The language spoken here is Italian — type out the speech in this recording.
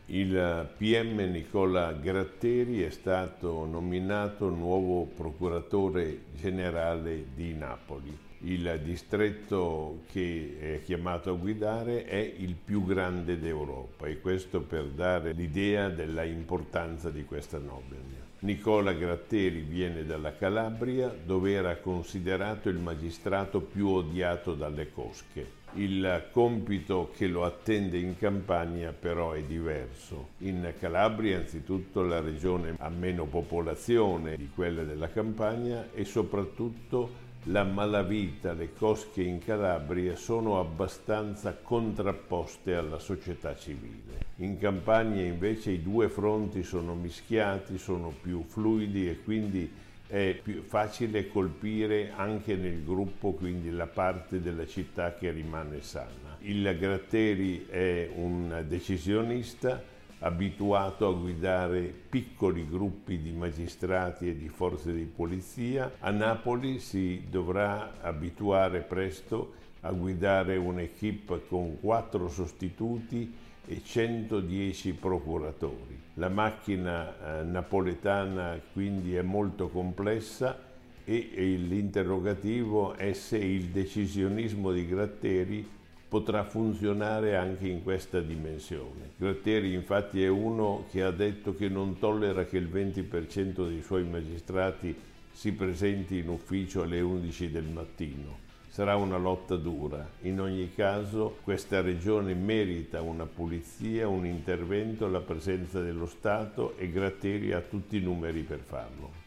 Il PM Nicola Gratteri è stato nominato nuovo procuratore generale di Napoli. Il distretto che è chiamato a guidare è il più grande d'Europa e questo per dare l'idea della importanza di questa nomina. Nicola Gratteri viene dalla Calabria, dove era considerato il magistrato più odiato dalle cosche. Il compito che lo attende in Campania però è diverso. In Calabria, anzitutto, la regione ha meno popolazione di quella della Campania e soprattutto la malavita, le cosche in Calabria sono abbastanza contrapposte alla società civile. In Campania invece i due fronti sono mischiati, sono più fluidi e quindi è più facile colpire anche nel gruppo, quindi la parte della città che rimane sana. Il Gratteri è un decisionista abituato a guidare piccoli gruppi di magistrati e di forze di polizia. A Napoli si dovrà abituare presto a guidare un'equipe con 4 sostituti e 110 procuratori. La macchina napoletana quindi è molto complessa e l'interrogativo è se il decisionismo di Gratteri potrà funzionare anche in questa dimensione. Gratteri infatti è uno che ha detto che non tollera che il 20% dei suoi magistrati si presenti in ufficio alle 11 del mattino. Sarà una lotta dura. In ogni caso questa regione merita una pulizia, un intervento, la presenza dello Stato e Gratteri ha tutti i numeri per farlo.